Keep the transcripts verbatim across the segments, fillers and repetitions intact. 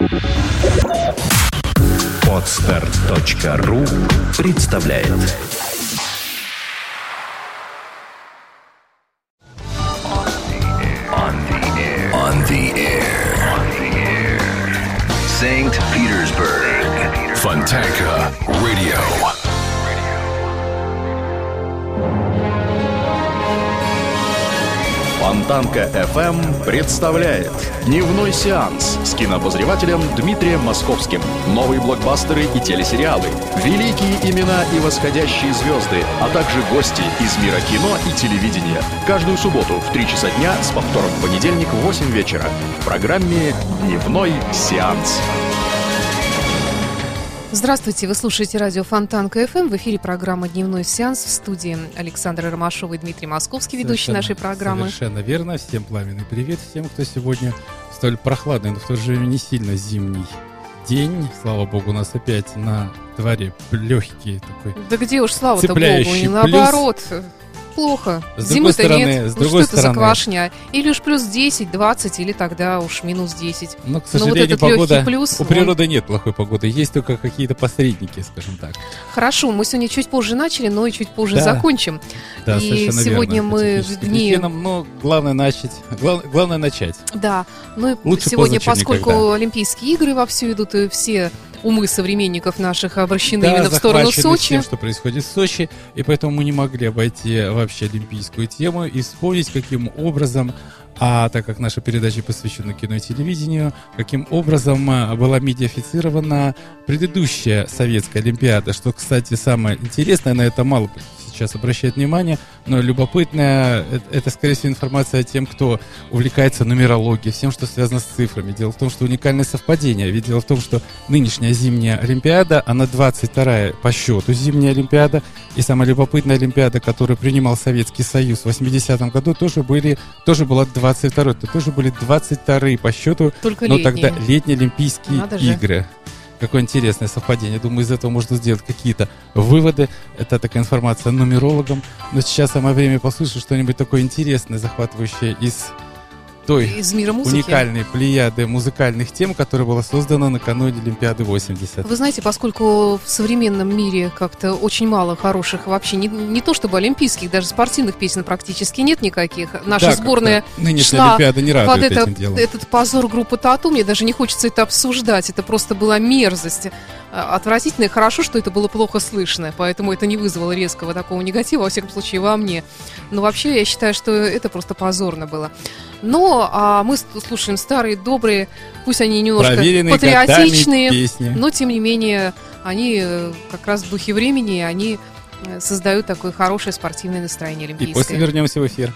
Подстер точка ру представляет. On the air. On the air. Saint Petersburg. Fontanka Radio. Фонтанка эф эм представляет дневной сеанс с кинообозревателем Дмитрием Московским. Новые блокбастеры и телесериалы, великие имена и восходящие звезды, а также гости из мира кино и телевидения. Каждую субботу в три часа дня с повтором в понедельник в восемь вечера в программе «Дневной сеанс». Здравствуйте, вы слушаете радио Фонтанка эф эм. В эфире программа «Дневной сеанс». В студии Александра Ромашова и Дмитрий Московский, ведущий совершенно, нашей программы. Совершенно верно. Всем пламенный привет. Всем, кто сегодня столь прохладный, но в то же время не сильно зимний день. Слава богу, у нас опять на дворе легкий такой. Да где уж, слава-то богу, цепляющий не плюс. Наоборот. Плохо. С Зимы-то стороны, нет. с Ну другой что это за стороны. квашня? Или уж плюс десять, двадцать, или тогда уж минус десять. Но, к Но вот сожалению, этот погода... легкий плюс, у он- природы нет плохой погоды. Есть только какие-то посредники, скажем так. Хорошо, мы сегодня чуть позже начали, но и чуть позже Да. закончим. Да, И совершенно сегодня верно. мы По в техническим дни- причинам, но главное начать. Глав- Главное начать. Да, ну и Лучше сегодня, поздно, чем поскольку никогда. Олимпийские игры вовсю идут, и все умы современников наших обращены Да, именно в сторону захвачены Сочи. тем, что происходит в Сочи, и поэтому мы не могли обойти вообще олимпийскую тему и вспомнить, каким образом, а так как наша передача посвящена кино и телевидению, каким образом а, была медиафицирована предыдущая советская Олимпиада, что, кстати, самое интересное, на это мало сейчас обращает внимание, но любопытная, это, это, скорее всего, информация тем, кто увлекается нумерологией, всем, что связано с цифрами. Дело в том, что уникальное совпадение. Ведь дело в том, что нынешняя зимняя Олимпиада, она двадцать вторая по счету зимняя Олимпиада, и самая любопытная Олимпиада, которую принимал Советский Союз в восьмидесятом году, тоже, были, тоже была двадцать второй. Это тоже были двадцать вторые по счету, Только но летние. тогда летние Олимпийские Надо же. игры. Какое интересное совпадение. Думаю, из этого можно сделать какие-то выводы. Это такая информация нумерологам. Но сейчас самое время послушать что-нибудь такое интересное, захватывающее из той Из мира музыки. уникальной плеяды музыкальных тем, которая была создана накануне Олимпиады восемьдесят. Вы знаете, поскольку в современном мире как-то очень мало хороших вообще, не, не то чтобы олимпийских, даже спортивных песен практически нет никаких. Наша Да, сборная как-то нынешняя шла Олимпиада не под радует это, этим делом. этот позор группы Тату. Мне даже не хочется это обсуждать. Это просто была мерзость. А, Отвратительно, и хорошо, что это было плохо слышно. Поэтому это не вызвало резкого такого негатива, во всяком случае, во мне. Но вообще я считаю, что это просто позорно было. Но а мы с- слушаем старые, добрые, пусть они немножко Проверенные патриотичные, годами песни. но тем не менее они э, как раз в духе времени, они э, создают такое хорошее спортивное настроение И олимпийское. после вернемся в эфир.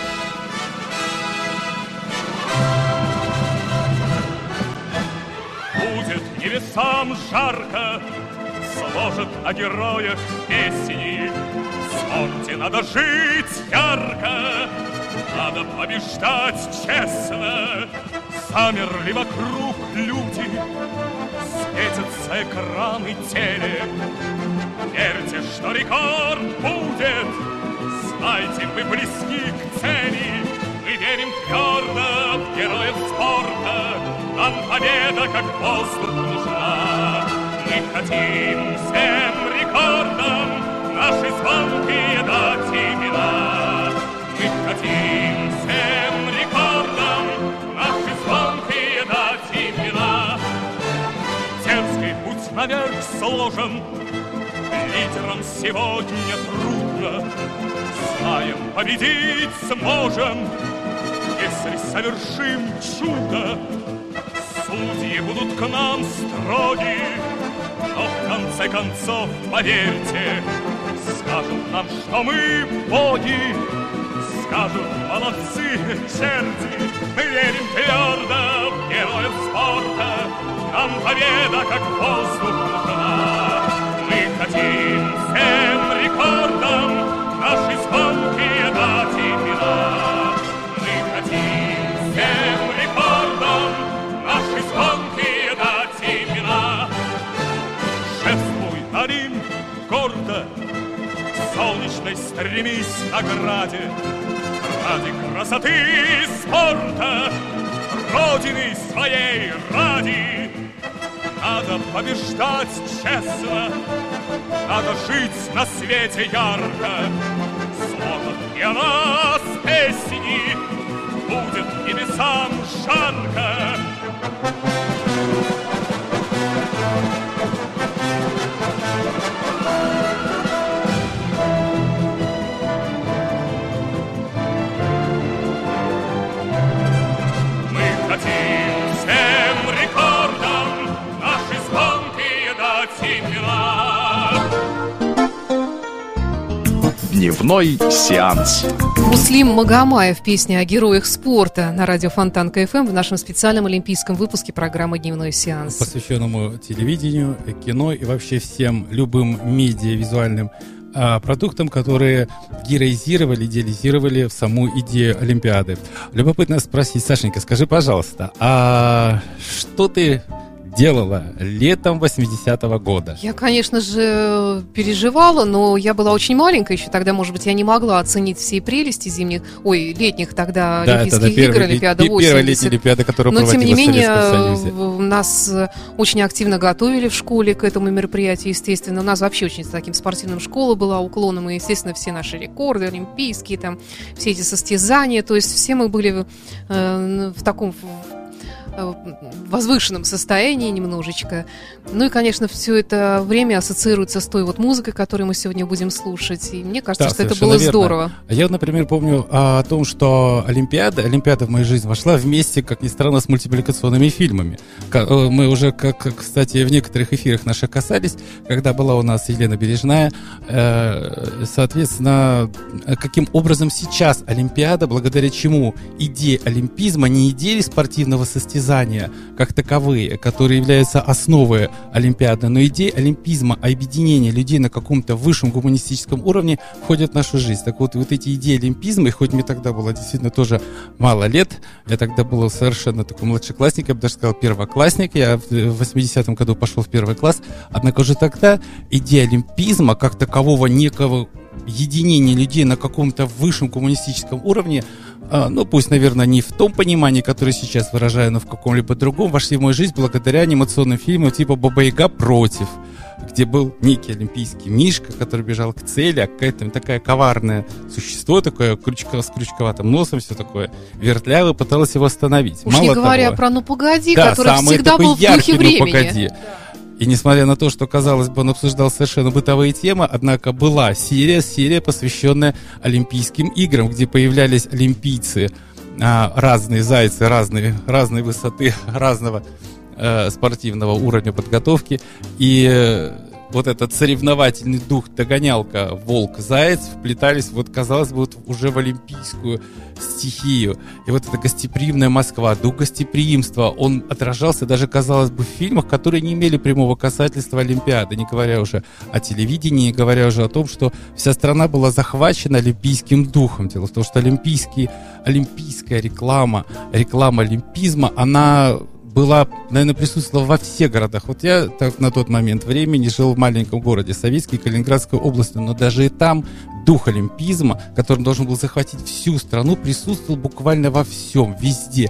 Будет небесам жарко, сложат о героях песни. В спорте надо жить ярко, надо побеждать честно. Замерли вокруг люди, светятся экраны теле. Верьте, что рекорд будет, знайте, мы близки к цели. Мы верим твердо в героев спорта, нам победа как воздух нужна. Мы хотим всем рекордам наши звонкие дать имена. Мы хотим всем рекордам наши звонкие дать имена. Дерзкий путь наверх сложен, лидерам сегодня трудно. Знаем, победить сможем, если совершим чудо. Судьи будут к нам строги, но в конце концов, поверьте, скажут нам, что мы боги. Скажут, молодцы, черти, мы верим твердо в героев спорта. Нам победа, как воздух, нужна. Мы хотим всем рекордам наши звонкие дать имена. Мы хотим всем рекордам наши звонкие дать имена. Шествуй, Олимп, гордо, к солнечной стремись награде. Ради красоты спорта, Родины своей ради. побеждать честно, надо жить на свете ярко. Сложат и о нас песни, будет небесам жарко. Мы хотим всем рекордам наши звонкие дать имена. Дневной сеанс. Муслим Магомаев, песня о героях спорта на радио Фонтан КФМ в нашем специальном олимпийском выпуске программы «Дневной сеанс». Посвященному телевидению, кино и вообще всем любым медиа-визуальным а, продуктам, которые героизировали, идеализировали в саму идею Олимпиады. Любопытно спросить, Сашенька, скажи, пожалуйста, а что ты делала летом восьмидесятого года? Я, конечно же, переживала, но я была очень маленькая еще тогда, может быть, я не могла оценить все прелести зимних, ой, летних тогда да, Олимпийских тогда игр, Олимпиада восемьдесят. Первая летняя Олимпиада, которая но, тем не проводилась в Советском Союзе. менее, нас очень активно готовили в школе к этому мероприятию, естественно. У нас вообще очень с таким спортивным школа была уклоном, и, естественно, все наши рекорды олимпийские, там, все эти состязания, то есть все мы были э, в таком... возвышенном состоянии немножечко. Ну и, конечно, все это время ассоциируется с той вот музыкой, которую мы сегодня будем слушать. И мне кажется, да, что это было верно. здорово. Я, например, помню а, о том, что Олимпиада, Олимпиада в мою жизнь вошла вместе, как ни странно, с мультипликационными фильмами. Мы уже, как, кстати, в некоторых эфирах наших касались, когда была у нас Елена Бережная, э, соответственно, каким образом сейчас Олимпиада, благодаря чему идея олимпизма, не идеи спортивного состязания, как таковые, которые являются основой Олимпиады, но идеи олимпизма, объединения людей на каком-то высшем гуманистическом уровне входят в нашу жизнь. Так вот, вот эти идеи олимпизма, и хоть мне тогда было действительно тоже мало лет, я тогда был совершенно такой младшеклассник, я бы даже сказал первоклассник, я в восьмидесятом году пошел в первый класс, однако уже тогда идея олимпизма, как такового некого единения людей на каком-то высшем гуманистическом уровне, а, ну, пусть, наверное, не в том понимании, которое сейчас выражаю, но в каком-либо другом, вошли в мою жизнь благодаря анимационным фильмам типа «Баба-Яга против», где был некий олимпийский мишка, который бежал к цели, а какая-то такая коварное существо, такое крючко, с крючковатым носом, все такое вертлявое, пыталось его остановить. Уж Мало не говоря того, про «Ну, погоди», да, который всегда такой был в яркий, духе времени. «Ну, погоди». Да. И несмотря на то, что, казалось бы, он обсуждал совершенно бытовые темы, однако была серия, серия, посвященная Олимпийским играм, где появлялись олимпийцы, а, разные зайцы, разные, разной высоты, разного э, спортивного уровня подготовки. И э, вот этот соревновательный дух, догонялка, волк, заяц вплетались, вот, казалось бы, вот уже в олимпийскую стихию. И вот эта гостеприимная Москва, дух гостеприимства, он отражался даже, казалось бы, в фильмах, которые не имели прямого касательства Олимпиады, не говоря уже о телевидении, не говоря уже о том, что вся страна была захвачена олимпийским духом. Дело в том, что олимпийский, олимпийская реклама, реклама олимпизма, она была, наверное, присутствовала во всех городах. Вот я так, на тот момент времени жил в маленьком городе Советской Калининградской области, но даже и там дух олимпизма, который должен был захватить всю страну, присутствовал буквально во всем, везде.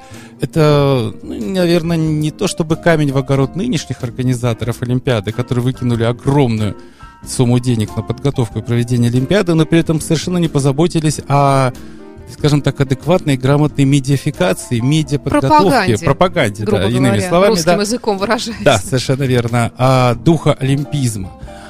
Это, ну, наверное, не то чтобы камень в огород нынешних организаторов Олимпиады, которые выкинули огромную сумму денег на подготовку и проведение Олимпиады, но при этом совершенно не позаботились о, скажем так, адекватной, грамотной медиафикации, медиаподготовке, пропаганде, пропаганде, грубо да, говоря, иными словами, русским да, языком выражаясь. Да, совершенно верно. А, духа олимпизма.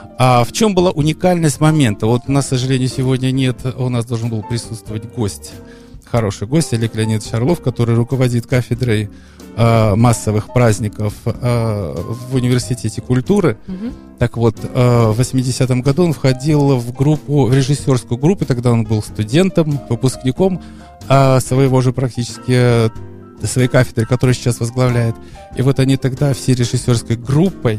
А в чем была уникальность момента? Вот у нас, к сожалению, сегодня нет, у нас должен был присутствовать гость, хороший гость, Олег Леонидович Орлов, который руководит кафедрой э, массовых праздников э, в университете культуры. Угу. Так вот, э, в восьмидесятом году он входил в группу, в режиссерскую группу, тогда он был студентом, выпускником э, своего же практически, своей кафедры, которую сейчас возглавляет. И вот они тогда всей режиссерской группой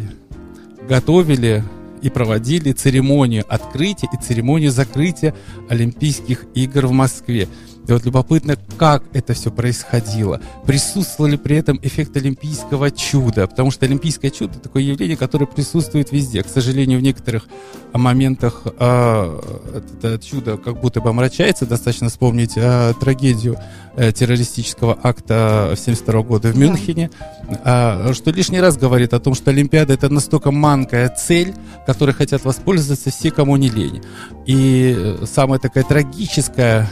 готовили и проводили церемонию открытия и церемонию закрытия Олимпийских игр в Москве. И вот любопытно, как это все происходило. Присутствовал ли при этом эффект олимпийского чуда? Потому что олимпийское чудо — такое явление, которое присутствует везде. К сожалению, в некоторых моментах э, это чудо как будто бы омрачается. Достаточно вспомнить э, трагедию э, террористического акта семьдесят второго года в Мюнхене, да. э, что лишний раз говорит о том, что Олимпиада — это настолько манкая цель, которой хотят воспользоваться все, кому не лень. И самая такая трагическая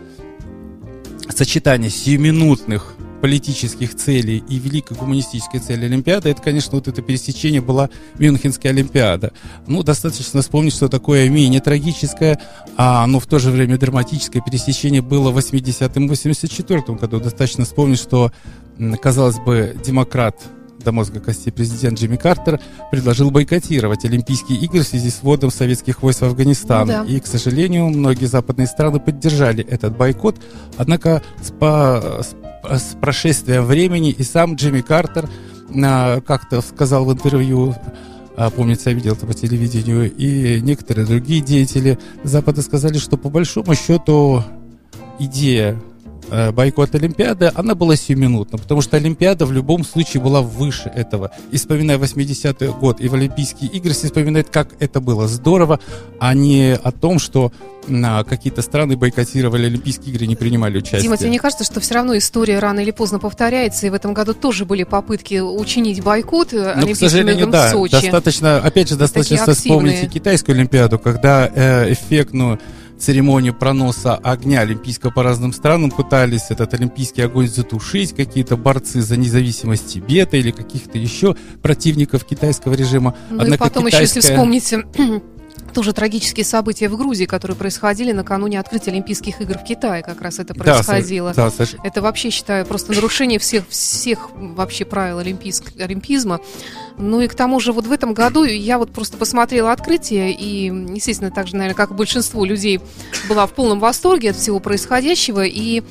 сочетание сиюминутных политических целей и великой гуманистической цели Олимпиады, это, конечно, вот это пересечение была Мюнхенская Олимпиада. Ну, достаточно вспомнить, что такое менее трагическое, а, но в то же время драматическое пересечение было в восьмидесятом и восемьдесят четвёртом году. Достаточно вспомнить, что, казалось бы, демократ до мозга костей президент Джимми Картер предложил бойкотировать Олимпийские игры в связи с вводом советских войск в Афганистан. Ну, да. И, к сожалению, многие западные страны поддержали этот бойкот. Однако с, по, с, с прошествием времени и сам Джимми Картер а, как-то сказал в интервью, а, помнится, я видел это по телевидению, и некоторые другие деятели Запада сказали, что по большому счету идея бойкот Олимпиады, она была сиюминутна, потому что Олимпиада в любом случае была выше этого. И вспоминая восьмидесятый год и в Олимпийские игры, все вспоминают, как это было здорово, а не о том, что на какие-то страны бойкотировали Олимпийские игры, не принимали участие. Дима, тебе не кажется, что все равно история рано или поздно повторяется, и в этом году тоже были попытки учинить бойкот Олимпийским играм да, в Сочи? Достаточно, опять же, достаточно вспомнить и китайскую Олимпиаду, когда э, эффектную церемонию проноса огня олимпийского по разным странам пытались этот олимпийский огонь затушить какие-то борцы за независимость Тибета или каких-то еще противников китайского режима. Ну Однако и потом китайская... еще, если вспомните тоже трагические события в Грузии, которые происходили накануне открытия Олимпийских игр в Китае, как раз это происходило. Да, да, это вообще, считаю, просто нарушение всех, всех вообще правил олимпийск, олимпизма. Ну и к тому же вот в этом году я вот просто посмотрела открытие и, естественно, так же, наверное, как и большинство людей, была в полном восторге от всего происходящего. И,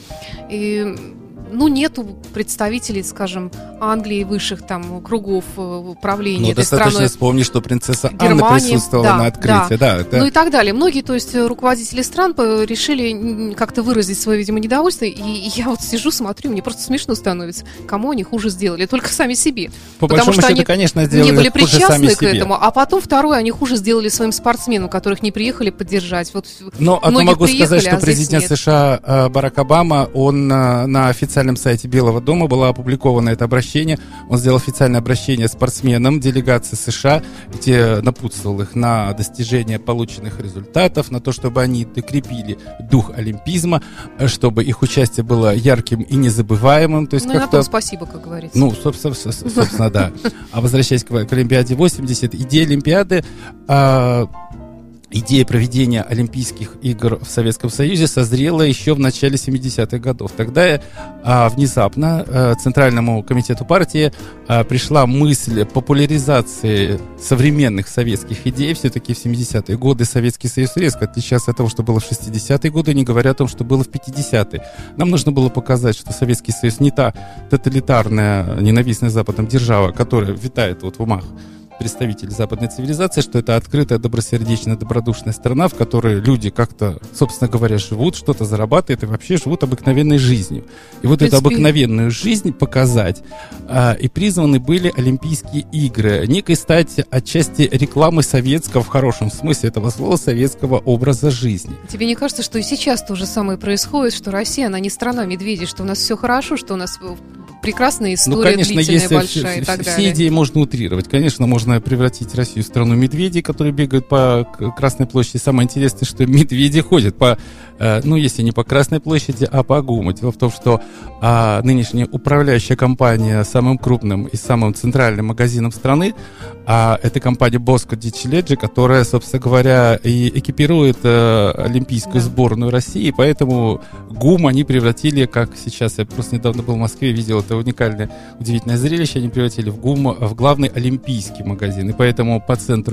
и ну, нету представителей, скажем, Англии, высших там кругов правления ну, этой страной. Достаточно вспомнить, что принцесса Германия, Анна присутствовала да, на открытии. Да. Да, это... Ну и так далее. Многие, то есть, руководители стран решили как-то выразить свое, видимо, недовольство. И я вот сижу, смотрю, мне просто смешно становится, кому они хуже сделали. Только сами себе. По Потому большому что счету, они конечно, сделали не были хуже причастны сами к себе. этому. А потом, второе, они хуже сделали своим спортсменам, которых не приехали поддержать. Вот Но одно могу приехали, сказать, что а президент США Барак Обама, он на, на официальном сайте Белого дома было опубликовано это обращение. Он сделал официальное обращение спортсменам делегации США, где напутствовал их на достижение полученных результатов, на то, чтобы они докрепили дух олимпизма, чтобы их участие было ярким и незабываемым. То есть ну, как-то... на том спасибо, как говорится. Ну, собственно, собственно да. А возвращаясь к Олимпиаде восемьдесят, идея Олимпиады... Идея проведения Олимпийских игр в Советском Союзе созрела еще в начале семидесятых годов. Тогда а, внезапно а, Центральному комитету партии а, пришла мысль популяризации современных советских идей. Все-таки в семидесятые годы Советский Союз резко отличался от того, что было в шестидесятые годы, не говоря о том, что было в пятидесятые. Нам нужно было показать, что Советский Союз не та тоталитарная, ненавистная Западом держава, которая витает вот в умах представитель западной цивилизации, что это открытая, добросердечная, добродушная страна, в которой люди как-то, собственно говоря, живут, что-то зарабатывают и вообще живут обыкновенной жизнью. И вот эту обыкновенную жизнь показать а, и призваны были Олимпийские игры. Некой стать отчасти рекламы советского, в хорошем смысле этого слова, советского образа жизни. Тебе не кажется, что и сейчас то же самое происходит, что Россия, она не страна медведей, что у нас все хорошо, что у нас прекрасная история, ну, конечно, длительная, если большая все, и так все далее. Все идеи можно утрировать. Конечно, можно превратить Россию в страну медведей, которые бегают по Красной площади. Самое интересное, что медведи ходят по, э, ну, если не по Красной площади, а по ГУМу. Дело в том, что э, нынешняя управляющая компания самым крупным и самым центральным магазином страны, а это компания Bosco ди Cileggio, которая, собственно говоря, и экипирует э, олимпийскую да. сборную России, поэтому ГУМ они превратили, как сейчас, я просто недавно был в Москве, видел это уникальное, удивительное зрелище, они превратили в ГУМ в главный олимпийский магазин, и поэтому по центру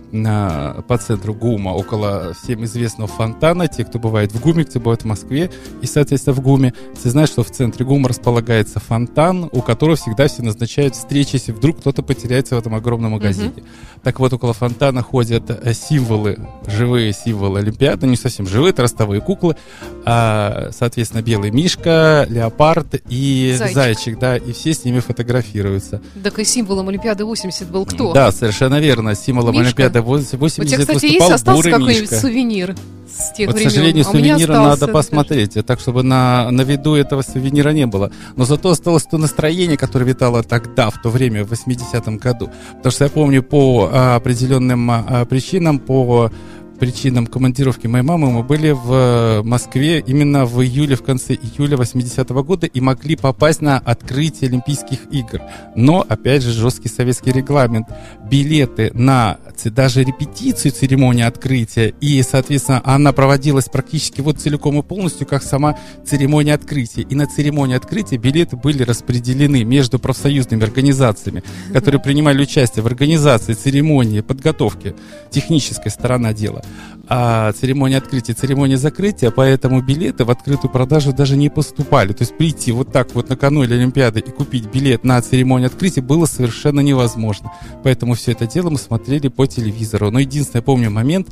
на, по центру ГУМа, около всем известного фонтана. Те, кто бывает в ГУМе, кто бывает в Москве и, соответственно, в ГУМе, все знают, что в центре ГУМа располагается фонтан, у которого всегда все назначают встречи, если вдруг кто-то потеряется в этом огромном магазине. Mm-hmm. Так вот, около фонтана ходят символы, живые символы Олимпиады, не совсем живые, это ростовые куклы, а, соответственно, белый мишка, леопард и зайчик. зайчик, да, и все с ними фотографируются. Так и символом Олимпиады восемьдесят был кто? Да, совершенно верно, символом Мишка? Олимпиады восемьдесят У тебя, кстати, выступал есть, остался бурый какой-нибудь мишка. сувенир с тех Вот, времен? к сожалению, а сувенира остался, надо посмотреть, так, чтобы на, на виду этого сувенира не было. Но зато осталось то настроение, которое витало тогда, в то время, в восьмидесятом году. Потому что я помню, по а, определенным а, причинам, по причинам командировки моей мамы, мы были в Москве именно в июле, в конце июля восьмидесятого года и могли попасть на открытие Олимпийских игр. Но, опять же, жесткий советский регламент. Билеты на даже репетицию церемонии открытия, и, соответственно, она проводилась практически вот целиком и полностью, как сама церемония открытия. И на церемонии открытия билеты были распределены между профсоюзными организациями, которые принимали участие в организации церемонии, подготовке, технической сторона дела. А церемония открытия, церемония закрытия, поэтому билеты в открытую продажу даже не поступали. То есть прийти вот так вот накануне Олимпиады и купить билет на церемонию открытия было совершенно невозможно. Поэтому все это дело мы смотрели по телевизору. Но единственный, я помню, момент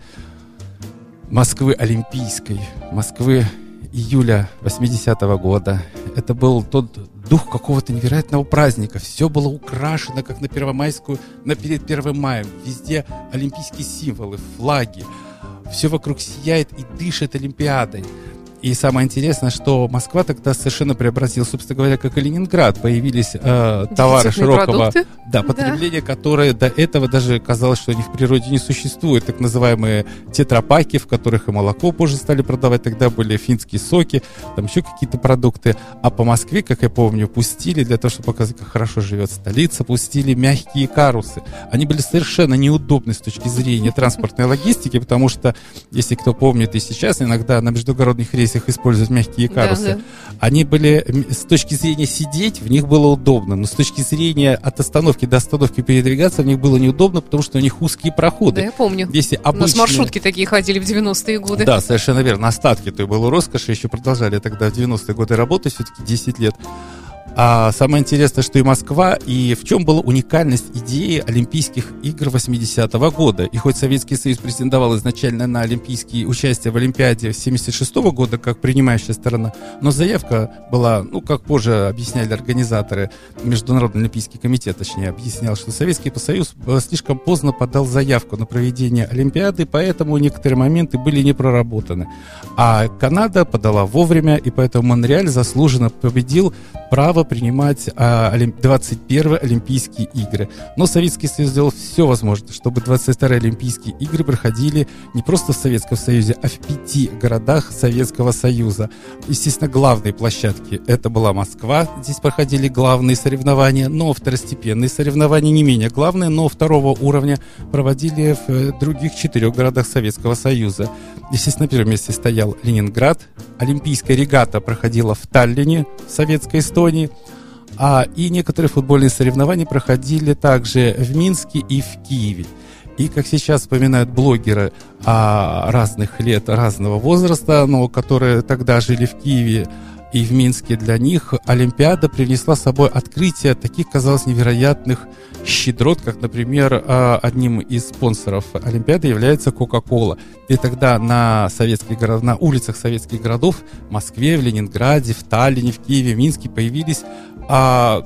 Москвы Олимпийской, Москвы июля восьмидесятого года. Это был тот дух какого-то невероятного праздника. Все было украшено, как на Первомайскую, на перед Первым маем. Везде олимпийские символы, флаги. Все вокруг сияет и дышит Олимпиадой. И самое интересное, что Москва тогда совершенно преобразилась, собственно говоря, как и Ленинград. Появились э, товары широкого да, потребления, да. которые до этого даже казалось, что они в природе не существуют. Так называемые тетрапаки, в которых и молоко позже стали продавать. Тогда были финские соки, там еще какие-то продукты. А по Москве, как я помню, пустили, для того, чтобы показать, как хорошо живет столица, пустили мягкие карусы. Они были совершенно неудобны с точки зрения транспортной логистики, потому что, если кто помнит и сейчас, иногда на междугородных рейсах использовать мягкие карусы. Да, да. Они были, с точки зрения сидеть, в них было удобно, но с точки зрения от остановки до остановки передвигаться в них было неудобно, потому что у них узкие проходы. Да, я помню. Если обычные... У нас маршрутки такие ходили в девяностые годы. Да, совершенно верно. Остатки той было роскоши, еще продолжали тогда в девяностые годы работать, все-таки десять лет. А самое интересное, что и Москва, и в чем была уникальность идеи Олимпийских игр восьмидесятого года. И хоть Советский Союз претендовал изначально на олимпийские участия в Олимпиаде семьдесят шестого года как принимающая сторона, но заявка была, ну, как позже объясняли организаторы, Международный Олимпийский комитет, точнее, объяснял, что Советский Союз слишком поздно подал заявку на проведение Олимпиады, поэтому некоторые моменты были не проработаны. А Канада подала вовремя, и поэтому Монреаль заслуженно победил право принимать а, двадцать первые Олимпийские игры. Но Советский Союз сделал все возможное, чтобы двадцать вторые Олимпийские игры проходили не просто в Советском Союзе, а в пяти городах Советского Союза. Естественно, главные площадки — это была Москва, здесь проходили главные соревнования, но второстепенные соревнования не менее главные, но второго уровня проводили в других четырех городах Советского Союза. Естественно, на первом месте стоял Ленинград. Олимпийская регата проходила в Таллине, в Советской Эстонии. А, и некоторые футбольные соревнования проходили также в Минске и в Киеве. И, как сейчас вспоминают блогеры а, разных лет, разного возраста, но которые тогда жили в Киеве и в Минске, для них Олимпиада принесла с собой открытие таких, казалось, невероятных щедрот, как, например, одним из спонсоров Олимпиады является Кока-Кола. И тогда на советских городах, на улицах советских городов, в Москве, в Ленинграде, в Таллине, в Киеве, в Минске появились а,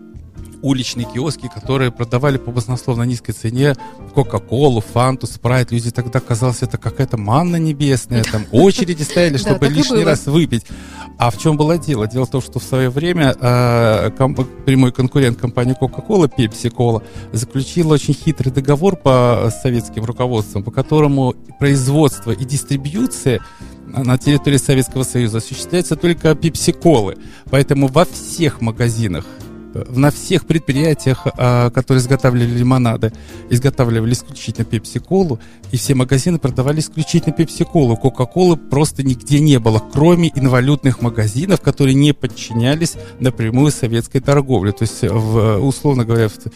уличные киоски, которые продавали по баснословно низкой цене Кока-Колу, Фанту, Спрайт. Люди тогда, казалось, это какая-то манна небесная, там очереди стояли, чтобы лишний раз выпить. А в чем было дело? Дело в том, что в свое время э, комп- прямой конкурент компании Coca-Cola, Pepsi-Cola, заключил очень хитрый договор по советским руководствам, по которому производство и дистрибьюция на территории Советского Союза осуществляется только Pepsi-Colы. Поэтому во всех магазинах, на всех предприятиях, которые изготавливали лимонады, изготавливали исключительно пепси-колу, и все магазины продавали исключительно пепси-колу. Кока-колы просто нигде не было, кроме инвалютных магазинов, которые не подчинялись напрямую советской торговле. То есть, в, условно говоря, в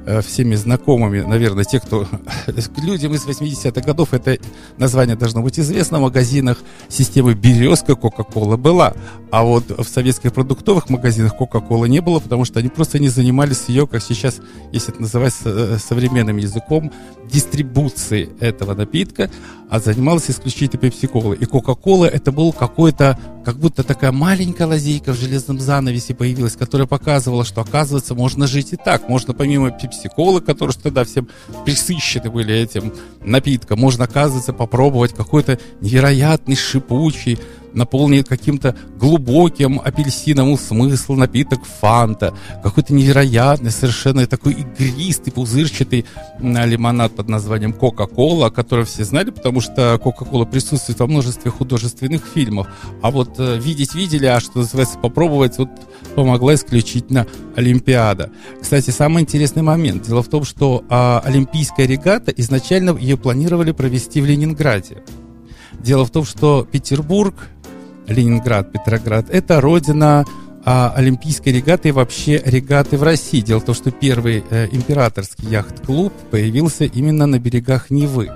всеми знакомыми, наверное, те, кто людям из восьмидесятых годов это название должно быть известно, в магазинах системы «Березка» Кока-Кола была. А вот в советских продуктовых магазинах Кока-Колы не было, потому что они просто не занимались ее, как сейчас, если это называть современным языком, дистрибуцией этого напитка, а занималась исключительно Пепси-Колой. И Кока-Кола это был какой-то, как будто такая маленькая лазейка в железном занавесе появилась, которая показывала, что, оказывается, можно жить и так. Можно помимо Пепси-Колы, которые тогда всем присыщены были этим напитком, можно, оказывается, попробовать какой-то невероятный, шипучий, наполненный каким-то глубоким апельсиновым смыслом напиток Фанта, какой-то невероятный, совершенно такой игристый, пузырчатый лимонад под названием Кока-Кола, о котором все знали, потому что Кока-Кола присутствует во множестве художественных фильмов. А вот э, видеть видели, а что называется попробовать, вот помогла исключительно Олимпиада. Кстати, самый интересный момент. Дело в том, что э, Олимпийская регата, изначально ее планировали провести в Ленинграде. Дело в том, что Петербург, Ленинград, Петроград – это родина а, Олимпийской регаты и вообще регаты в России. Дело в том, что первый э, императорский яхт-клуб появился именно на берегах Невы.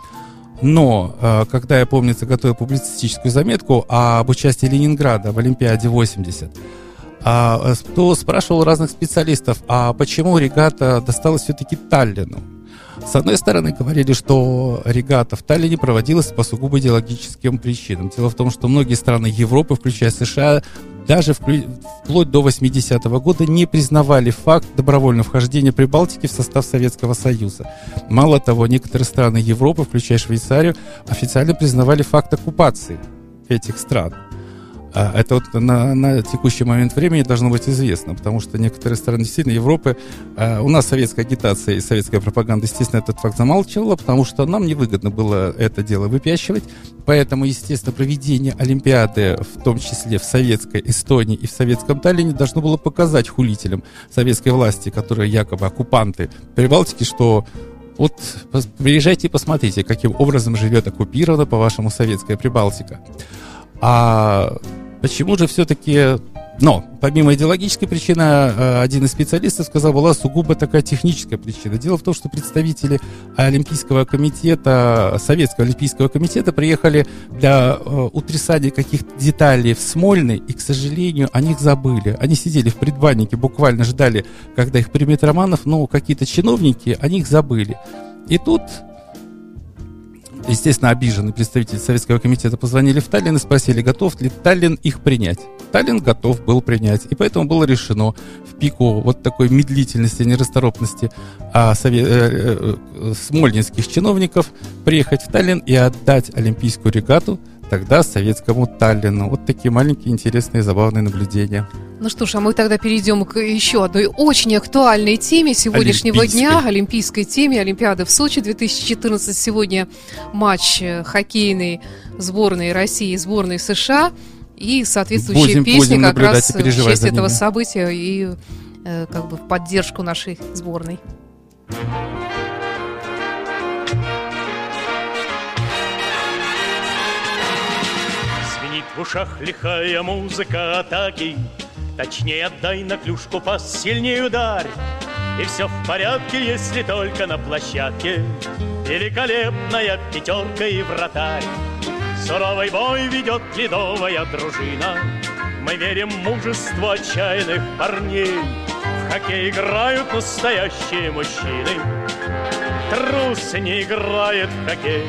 Но, э, когда я, помнится, готовил публицистическую заметку об участии Ленинграда в Олимпиаде восемьдесят, а, то спрашивал разных специалистов, а почему регата досталась все-таки Таллину? С одной стороны, говорили, что регата в Таллине проводилась по сугубо идеологическим причинам. Дело в том, что многие страны Европы, включая США, даже вплоть до восьмидесятого года не признавали факт добровольного вхождения Прибалтики в состав Советского Союза. Мало того, некоторые страны Европы, включая Швейцарию, официально признавали факт оккупации этих стран. Это вот на, на текущий момент времени должно быть известно, потому что некоторые страны действительно Европы, у нас советская агитация и советская пропаганда, естественно, этот факт замалчивала, потому что нам невыгодно было это дело выпячивать, поэтому, естественно, проведение Олимпиады, в том числе в советской Эстонии и в советском Таллине, должно было показать хулителям советской власти, которые якобы оккупанты Прибалтики, что вот приезжайте и посмотрите, каким образом живет оккупирована, по-вашему, советская Прибалтика. А почему же все-таки... Но, помимо идеологической причины, один из специалистов сказал, была сугубо такая техническая причина. Дело в том, что представители Олимпийского комитета, Советского Олимпийского комитета приехали для утрясания каких-то деталей в Смольный, и, к сожалению, о них забыли. Они сидели в предбаннике, буквально ждали, когда их примет Романов, но какие-то чиновники о них забыли. И тут... Естественно, обиженные представители Советского комитета позвонили в Таллин и спросили, готов ли Таллин их принять. Таллин готов был принять, и поэтому было решено в пику вот такой медлительности, нерасторопности а, сове- э, э, смольнинских чиновников приехать в Таллин и отдать Олимпийскую регату тогда советскому Таллину. Вот такие маленькие интересные забавные наблюдения. Ну что ж, а мы тогда перейдем к еще одной очень актуальной теме сегодняшнего дня, олимпийской теме, Олимпиады в Сочи две тысячи четырнадцать. Сегодня матч хоккейной сборной России и сборной США, и соответствующая будем, песня будем как раз в честь этого ними. события и э, как бы в поддержку нашей сборной. Звенит в ушах лихая музыка атаки, точнее отдай на клюшку пас, сильнее ударь. И все в порядке, если только на площадке великолепная пятерка и вратарь. Суровый бой ведет ледовая дружина, мы верим в мужество отчаянных парней. В хоккей играют настоящие мужчины, трус не играет в хоккей,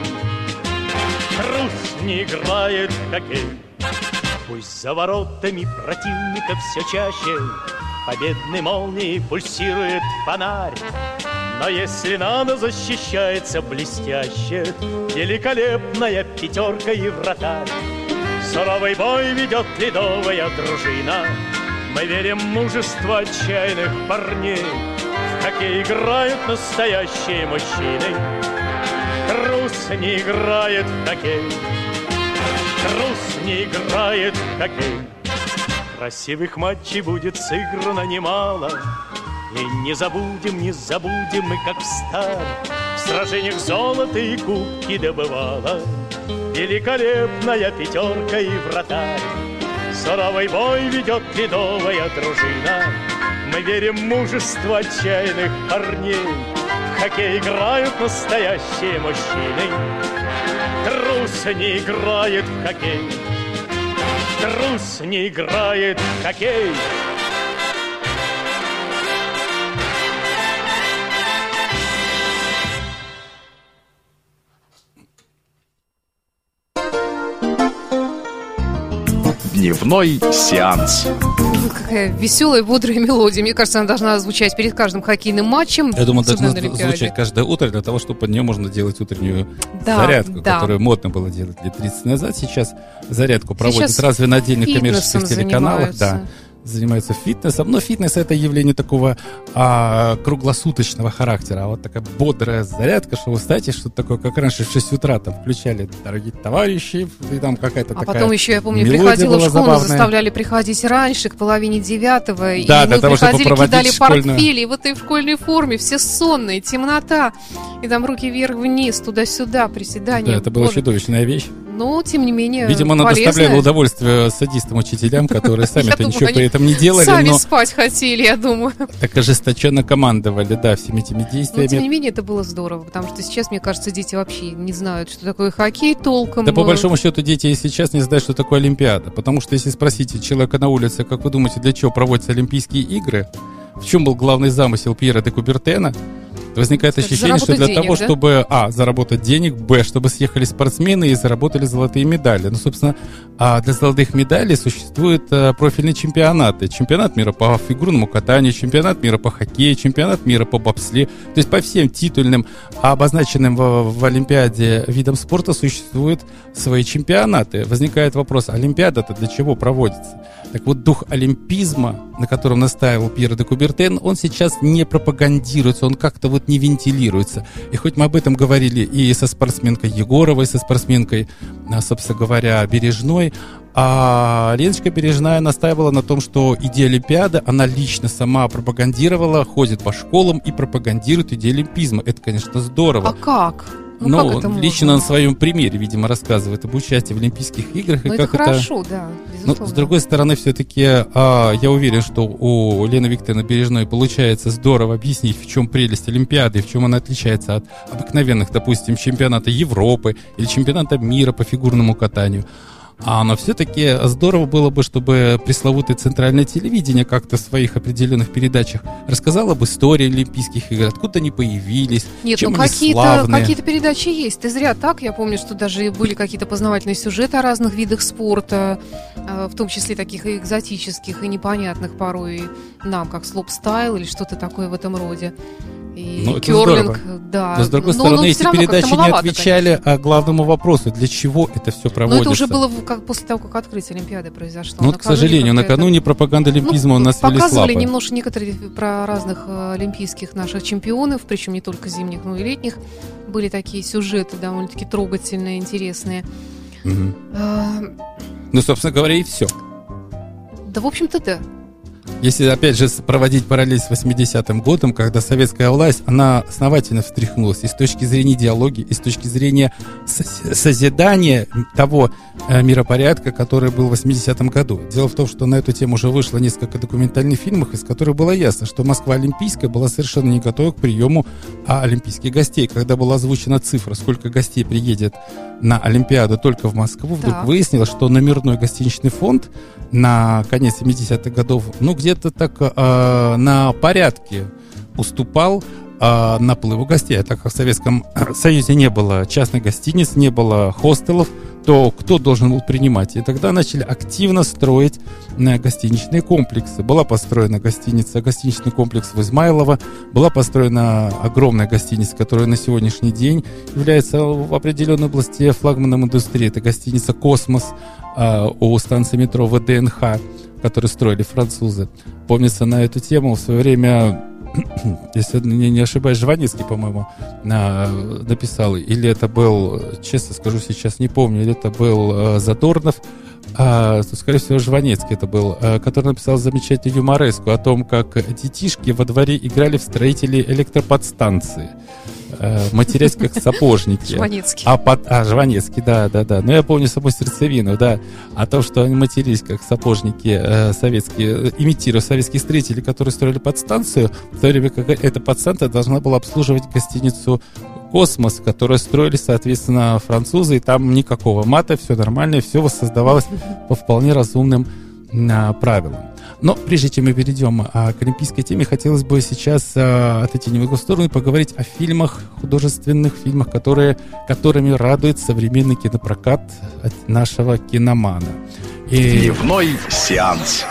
трус не играет в хоккей. Пусть за воротами противника все чаще победной молнией пульсирует фонарь, но если надо, защищается блестяще великолепная пятерка и вратарь. Суровый бой ведет ледовая дружина, мы верим в мужество отчаянных парней. В хоккей играют настоящие мужчины, трус не играет в хоккей, трус не играет в хоккей. Красивых матчей будет сыграно немало, и не забудем, не забудем мы, как в старь, в сражениях золото и кубки добывала великолепная пятерка и вратарь. Суровый бой ведет ледовая дружина, Мы верим в мужество отчаянных парней. В хоккей играют настоящие мужчины. Трус не играет в хоккей. Трус не играет в хоккей. Дневной сеанс. Какая веселая, бодрая мелодия. Мне кажется, она должна звучать перед каждым хоккейным матчем. Я думаю, должна звучать каждое утро для того, чтобы под нее можно делать утреннюю да, зарядку, да. которую модно было делать лет тридцать назад. Сейчас зарядку проводят сейчас разве на отдельных коммерческих телеканалах. Да. Занимаются фитнесом, но фитнес — это явление такого а, круглосуточного характера, а вот такая бодрая зарядка, что вы знаете, что такое, как раньше в шесть утра там включали «Дорогие товарищи», и там какая-то а такая потом еще, я помню, приходила в школу, забавная. Заставляли приходить раньше, к половине девятого, да, и для мы того, приходили, кидали школьную... портфели, и вот и в школьной форме, все сонные, темнота, и там руки вверх-вниз, туда-сюда, приседания. Да, это была чудовищная вещь. Но, тем не менее, видимо, она полезная. доставляла удовольствие садистам-учителям, которые сами-то ничего при этом не делали. Сами спать хотели, я думаю. Так ожесточенно командовали, да, всеми этими действиями. Но, тем не менее, это было здорово, потому что сейчас, мне кажется, дети вообще не знают, что такое хоккей толком. Да, по большому счету, дети и сейчас не знают, что такое Олимпиада. Потому что, если спросите человека на улице, как вы думаете, для чего проводятся Олимпийские игры, в чем был главный замысел Пьера де Кубертена, возникает ощущение, что для денег, того, да? чтобы, а, заработать денег, б, чтобы съехали спортсмены и заработали золотые медали. Ну, собственно, а для золотых медалей существуют а, профильные чемпионаты. Чемпионат мира по фигурному катанию, чемпионат мира по хоккею, чемпионат мира по бобсле. То есть по всем титульным, обозначенным в, в Олимпиаде видам спорта существуют свои чемпионаты. Возникает вопрос, Олимпиада-то для чего проводится? Так вот, дух олимпизма, на котором настаивал Пьер де Кубертен, он сейчас не пропагандируется, он как-то вот не вентилируется. И хоть мы об этом говорили и со спортсменкой Егоровой, со спортсменкой, собственно говоря, Бережной, а Леночка Бережная настаивала на том, что идея Олимпиады, она лично сама пропагандировала, ходит по школам и пропагандирует идею олимпизма. Это, конечно, здорово. А как? Ну, ну, как это лично можно? на своем примере, видимо, рассказывает об участии в Олимпийских играх. Ну, и это как хорошо, это... да, безусловно. Но, с другой стороны, все-таки а, я уверен, что у Лены Викторовны Бережной получается здорово объяснить, в чем прелесть Олимпиады, в чем она отличается от обыкновенных, допустим, чемпионата Европы или чемпионата мира по фигурному катанию. А, но все-таки здорово было бы, чтобы пресловутое центральное телевидение как-то в своих определенных передачах рассказало об истории Олимпийских игр, откуда они появились, Нет, чем ну они какие-то, славные. какие-то передачи есть. Ты зря так. Я помню, что даже были какие-то познавательные сюжеты о разных видах спорта, в том числе таких и экзотических, и непонятных порой нам, как слоп-стайл или что-то такое в этом роде. И ну, это кёрлинг, здорово. да. Но, с другой но, стороны, но эти передачи не отвечали конечно. главному вопросу, для чего это все проводится. Но это уже было как после того, как открытие Олимпиады произошло. Ну, вот, к сожалению, накануне это... пропаганда олимпизма ну, у нас вели слабо. Показывали немножко некоторые про разных э, олимпийских наших чемпионов, причем не только зимних, но и летних. Были такие сюжеты довольно-таки трогательные, интересные. Угу. А... Ну, собственно говоря, и все. Да, в общем-то, да. Если, опять же, проводить параллель с восьмидесятым годом, когда советская власть, она основательно встряхнулась и с точки зрения идеологии, и с точки зрения созидания того э, миропорядка, который был в восьмидесятом году. Дело в том, что на эту тему уже вышло несколько документальных фильмов, из которых было ясно, что Москва Олимпийская была совершенно не готова к приему а, олимпийских гостей. Когда была озвучена цифра, сколько гостей приедет на Олимпиаду только в Москву, вдруг так. выяснилось, что номерной гостиничный фонд на конец семидесятых годов, ну, где-то так э, на порядке уступал э, наплыву гостей. А так как в Советском Союзе не было частных гостиниц, не было хостелов, то кто должен был принимать? И тогда начали активно строить э, гостиничные комплексы. Была построена гостиница, гостиничный комплекс в Измайлово, была построена огромная гостиница, которая на сегодняшний день является в определенной области флагманом индустрии. Это гостиница «Космос» э, у станции метро вэ дэ эн ха, которые строили французы. Помнится, на эту тему в свое время, если не ошибаюсь, Жванецкий, по-моему, написал, или это был, честно скажу, сейчас не помню, или это был Задорнов, а, скорее всего, Жванецкий это был, а, который написал замечательную юмореску о том, как детишки во дворе играли в строителей электроподстанции, а, матерясь как сапожники. Жванецкий. А, под, а, Жванецкий, да, да, да. Но я помню саму сердцевину, да. О том, что они матерились как сапожники э, советские, имитируя советских строителей, которые строили подстанцию, в то время как эта подстанция должна была обслуживать гостиницу «Космос», которую строили, соответственно, французы, и там никакого мата, все нормально, все воссоздавалось по вполне разумным а, правилам. Но прежде чем мы перейдем а, к олимпийской теме, хотелось бы сейчас а, отойти немного в сторону и поговорить о фильмах, художественных фильмах, которые, которыми радует современный кинопрокат от нашего киномана. И... Дневной сеанс.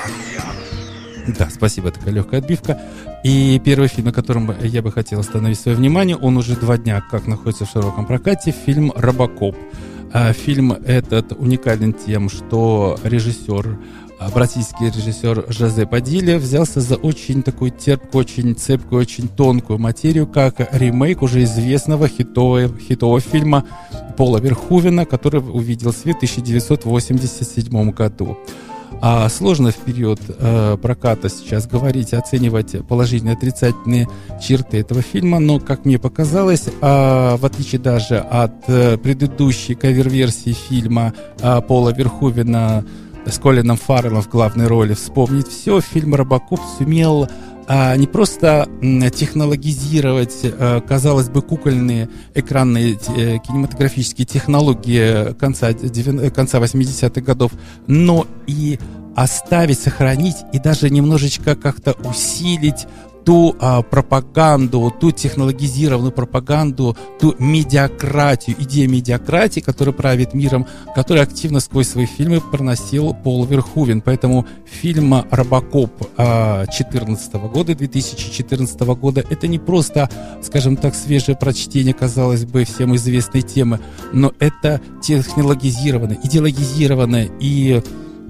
Да, спасибо, такая легкая отбивка. И первый фильм, на котором я бы хотел остановить свое внимание, он уже два дня как находится в широком прокате, фильм «Робокоп». А, фильм этот уникален тем, что режиссер, бразильский режиссер Жозе Падилья взялся за очень такую терпкую, очень цепкую, очень тонкую материю, как ремейк уже известного хитового, хитового фильма Пола Верховена, который увидел свет в тысяча девятьсот восемьдесят седьмом году. А сложно в период э, проката сейчас говорить, оценивать положительные и отрицательные черты этого фильма, но, как мне показалось, э, в отличие даже от э, предыдущей кавер-версии фильма э, Пола Верховена с Колином Фарреллом в главной роли «Вспомнить все», фильм «Робокоп» сумел а, не просто м, технологизировать, а, казалось бы, кукольные экранные э, кинематографические технологии конца, девяностых, конца восьмидесятых годов, но и оставить, сохранить и даже немножечко как-то усилить ту а, пропаганду, ту технологизированную пропаганду, ту медиакратию, идею медиакратии, которая правит миром, которую активно сквозь свои фильмы проносил Пол Верховен. Поэтому фильм «Робокоп» а, четырнадцатого года, две тысячи четырнадцатого года, это не просто, скажем так, свежее прочтение, казалось бы, всем известной темы, но это технологизированное, идеологизированное и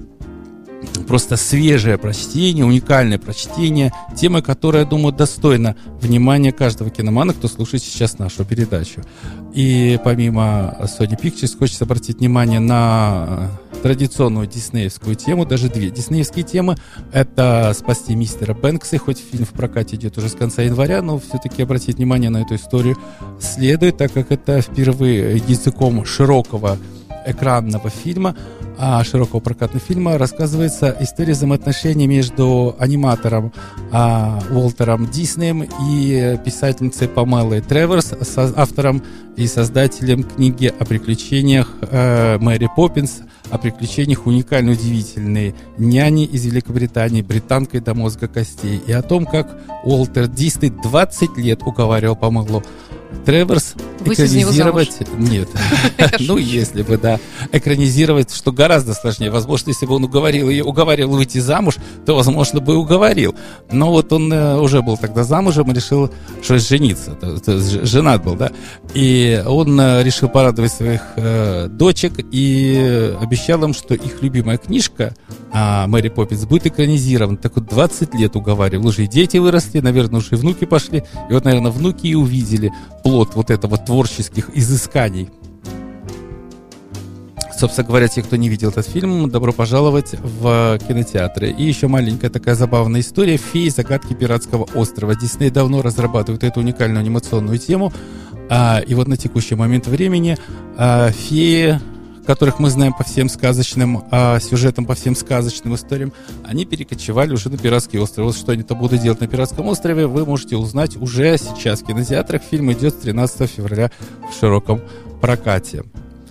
просто свежее прочтение, уникальное прочтение, тема, которая, я думаю, достойна внимания каждого киномана, кто слушает сейчас нашу передачу. И помимо Sony Pictures хочется обратить внимание на традиционную диснеевскую тему, даже две диснеевские темы. Это «Спасти мистера Бэнкса», хоть фильм в прокате идет уже с конца января, но все-таки обратить внимание на эту историю следует, так как это впервые языком широкого экранного фильма, а, широкого прокатного фильма рассказывается история взаимоотношений между аниматором а, Уолтером Диснеем и писательницей Памелой Треворс, со, автором и создателем книги о приключениях э, Мэри Поппинс, о приключениях уникальной, удивительной няни из Великобритании, британкой до мозга костей, и о том, как Уолтер Дисней двадцать лет уговаривал Памелу Треворс экранизировать... Нет. Ну, если бы, да. Экранизировать, что гораздо сложнее. Возможно, если бы он уговорил ее, уговаривал выйти замуж, то, возможно, бы и уговорил. Но вот он э, уже был тогда замужем и решил, что жениться. То, то, женат был, да. И он э, решил порадовать своих э, дочек и обещал им, что их любимая книжка э, Мэри Поппинс будет экранизирована. Так вот, двадцать лет уговаривал. Уже и дети выросли, наверное, уже и внуки пошли. И вот, наверное, внуки и увидели плод вот этого творческих изысканий. Собственно говоря, те, кто не видел этот фильм, добро пожаловать в кинотеатры. И еще маленькая такая забавная история. «Феи. Загадки пиратского острова». Дисней давно разрабатывает эту уникальную анимационную тему. А, и вот на текущий момент времени а, феи, которых мы знаем по всем сказочным а, сюжетам, по всем сказочным историям, они перекочевали уже на пиратский остров. Вот что они там будут делать на пиратском острове, вы можете узнать уже сейчас в кинотеатрах. Фильм идет с тринадцатого февраля в широком прокате.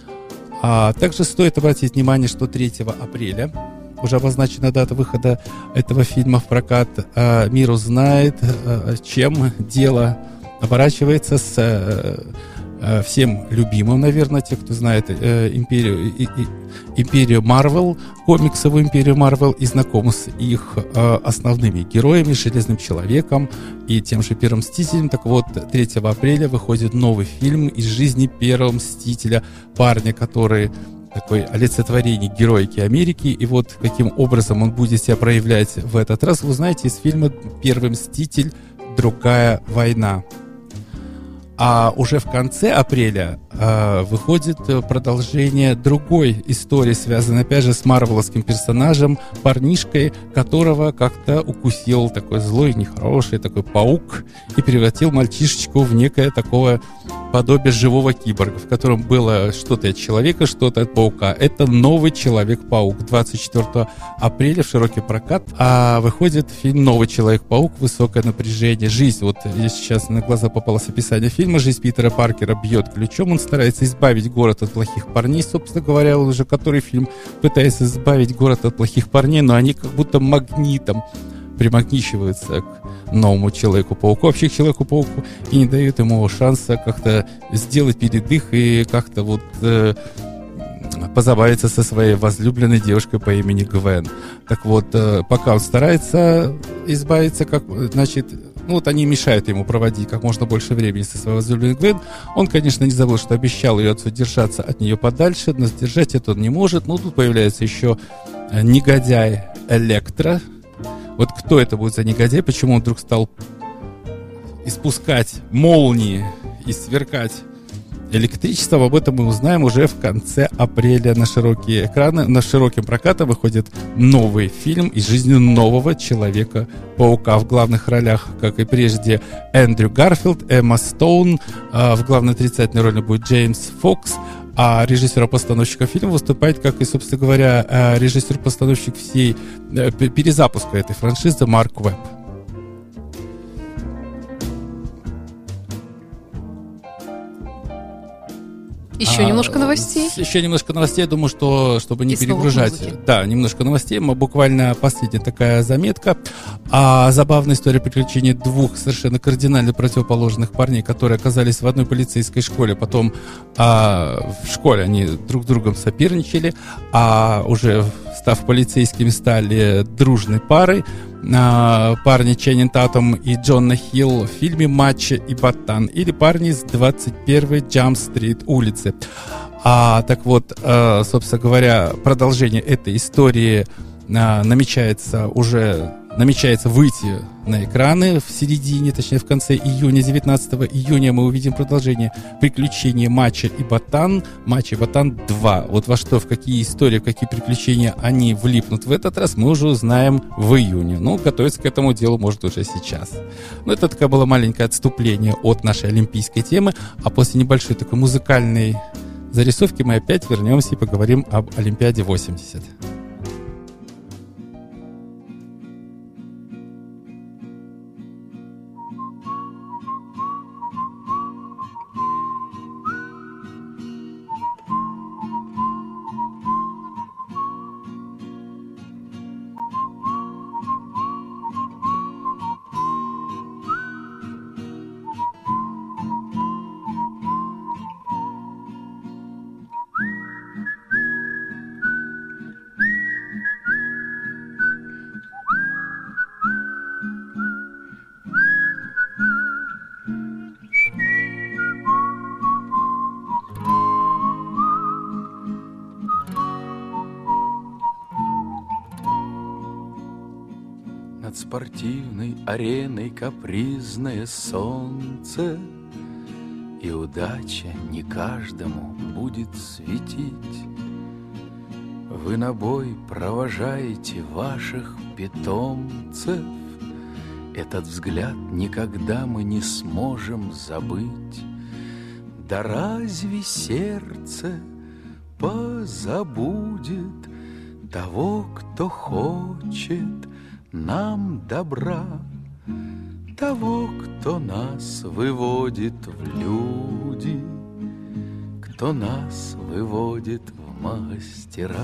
А также стоит обратить внимание, что третьего апреля уже обозначена дата выхода этого фильма в прокат. А, мир узнает, а, чем дело оборачивается с а, всем любимым, наверное, те, кто знает э, империю, и, и, империю Марвел, комиксовую империю Марвел, и знаком с их э, основными героями, Железным Человеком и тем же Первым Мстителем. Так вот, третьего апреля выходит новый фильм из жизни Первого Мстителя, парня, который такой олицетворение героики Америки, и вот каким образом он будет себя проявлять в этот раз, вы узнаете из фильма «Первый Мститель. Другая война». А уже в конце апреля э, выходит продолжение другой истории, связанной опять же с марвеловским персонажем, парнишкой, которого как-то укусил такой злой, нехороший такой паук и превратил мальчишечку в некое такое подобие живого киборга, в котором было что-то от человека, что-то от паука. Это новый Человек-паук. двадцать четвёртого апреля в широкий прокат а выходит фильм «Новый Человек-паук. Высокое напряжение. Жизнь». Вот я сейчас на глаза попалось описание фильма. Жизнь Питера Паркера бьет ключом. Он старается избавить город от плохих парней. Собственно говоря, он уже который фильм пытается избавить город от плохих парней, но они как будто магнитом примагничиваются к новому Человеку-пауку, вообще к Человеку-пауку, и не дают ему шанса как-то сделать передых и как-то вот э, позабавиться со своей возлюбленной девушкой по имени Гвен. Так вот, э, пока он старается избавиться, как, значит, ну вот они мешают ему проводить как можно больше времени со своей возлюбленной Гвен. Он, конечно, не забыл, что обещал ее отцу держаться от нее подальше, но сдержать это он не может. Ну, тут появляется еще негодяй Электро. Вот кто это будет за негодяй, почему он вдруг стал испускать молнии и сверкать электричеством, об этом мы узнаем уже в конце апреля на широкие экраны. На широким прокатом выходит новый фильм из жизни нового Человека-паука. В главных ролях, как и прежде, Эндрю Гарфилд, Эмма Стоун. В главной отрицательной роли будет Джеймс Фокс. А режиссером-постановщиком фильма выступает, как и, собственно говоря, режиссер-постановщик всей перезапуска этой франшизы Марк Уэбб. Еще а, немножко новостей. Еще немножко новостей. Я думаю, что чтобы не и перегружать. Да, немножко новостей. Буквально последняя такая заметка. А, забавная история приключений двух совершенно кардинально противоположных парней, которые оказались в одной полицейской школе. Потом а, в школе они друг с другом соперничали, а уже став полицейскими, стали дружной парой. А, парни Ченнинг Татум и Джона Хилл в фильме «Мачо и Ботан», или парни с двадцать первой Джамп-стрит улицы. А, так вот, а, собственно говоря, продолжение этой истории а, намечается уже намечается выйти на экраны в середине, точнее в конце июня, девятнадцатого июня мы увидим продолжение «Приключения Мачо и Ботан», «Мачо и Ботан два». Вот во что, в какие истории, в какие приключения они влипнут в этот раз, мы уже узнаем в июне. Ну, готовиться к этому делу может уже сейчас. Ну, это такое было маленькое отступление от нашей олимпийской темы, а после небольшой такой музыкальной зарисовки мы опять вернемся и поговорим об Олимпиаде восемьдесят. Над спортивной ареной капризное солнце, и удача не каждому будет светить. Вы на бой провожаете ваших питомцев, этот взгляд никогда мы не сможем забыть. Да разве сердце позабудет того, кто хочет нам добра, того, кто нас выводит в люди, кто нас выводит в мастера.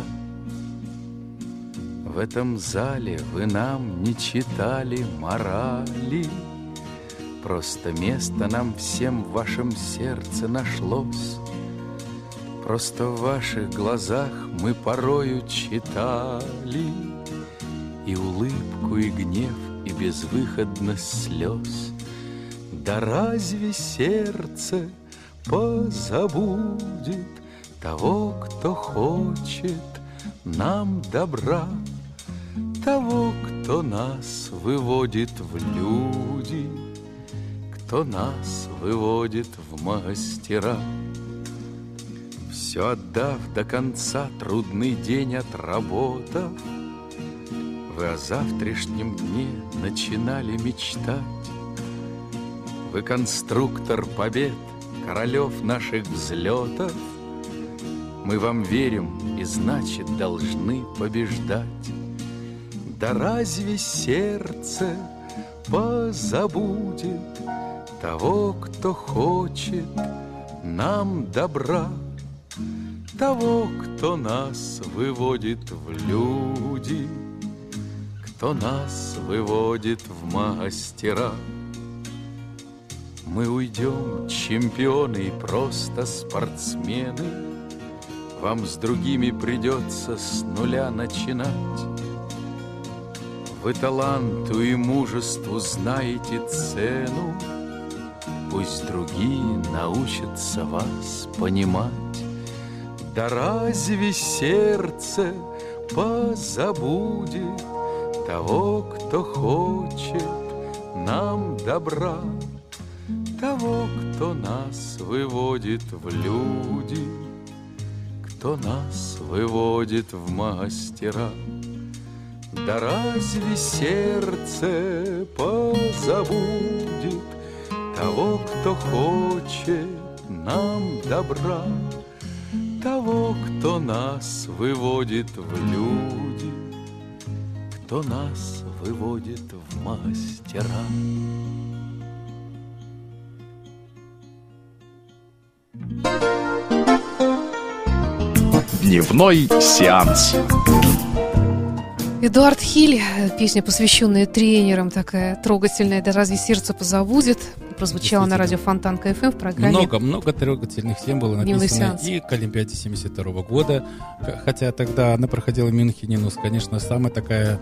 В этом зале вы нам не читали морали, просто место нам всем в вашем сердце нашлось. Просто в ваших глазах мы порою читали и улыбку, и гнев, и безвыходность слез. Да разве сердце позабудет того, кто хочет нам добра, того, кто нас выводит в люди, кто нас выводит в мастера. Все отдав до конца, трудный день отработав, вы о завтрашнем дне начинали мечтать. Вы конструктор побед, королев наших взлетов. Мы вам верим и, значит, должны побеждать. Да разве сердце позабудет того, кто хочет нам добра, того, кто нас выводит в люди, кто нас выводит в мастера. Мы уйдем, чемпионы и просто спортсмены. Вам с другими придется с нуля начинать. Вы таланту и мужеству знаете цену, пусть другие научатся вас понимать. Да разве сердце позабудет того, кто хочет нам добра, того, кто нас выводит в люди, кто нас выводит в мастера? Да разве сердце позабудет того, кто хочет нам добра, того, кто нас выводит в люди, кто нас выводит в мастера? Дневной сеанс. Эдуард Хиль, песня, посвященная тренерам, такая трогательная, да разве сердце позабудет, прозвучала на радио Фонтан ка эф эм в программе. Много-много трогательных тем было написано и к Олимпиаде семьдесят второго года, хотя тогда она проходила в Мюнхене, но, конечно, самая такая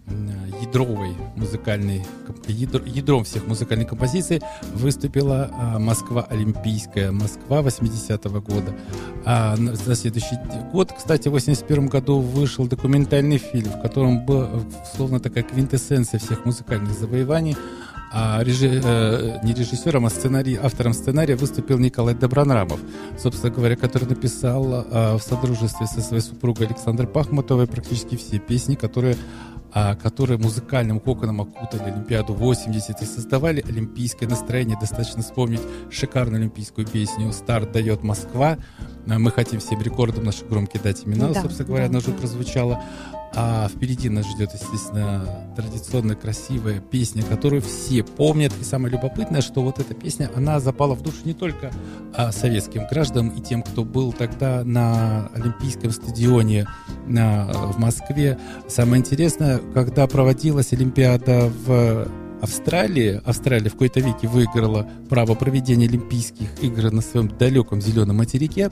ядровой музыкальной, ядро, ядром всех музыкальных композиций выступила а, Москва Олимпийская, Москва восьмидесятого года. А на следующий год, кстати, в восемьдесят первом году вышел документальный фильм, в котором была словно такая квинтэссенция всех музыкальных завоеваний. А режи, э, не режиссером, а сценарий, автором сценария выступил Николай Добронравов, собственно говоря, который написал э, в содружестве со своей супругой Александрой Пахмутовой практически все песни, которые, э, которые музыкальным коконом окутали Олимпиаду восемьдесят и создавали олимпийское настроение. Достаточно вспомнить шикарную олимпийскую песню «Старт дает Москва». Мы хотим всем рекордам наших громких дать имена, да, собственно говоря, да, она уже прозвучала. А впереди нас ждет, естественно, традиционная красивая песня, которую все помнят. И самое любопытное, что вот эта песня, она запала в душу не только а, советским гражданам и тем, кто был тогда на Олимпийском стадионе на, в Москве. Самое интересное, когда проводилась Олимпиада в Австралии, Австралия в какой-то веке выиграла право проведения Олимпийских игр на своем далеком зеленом материке,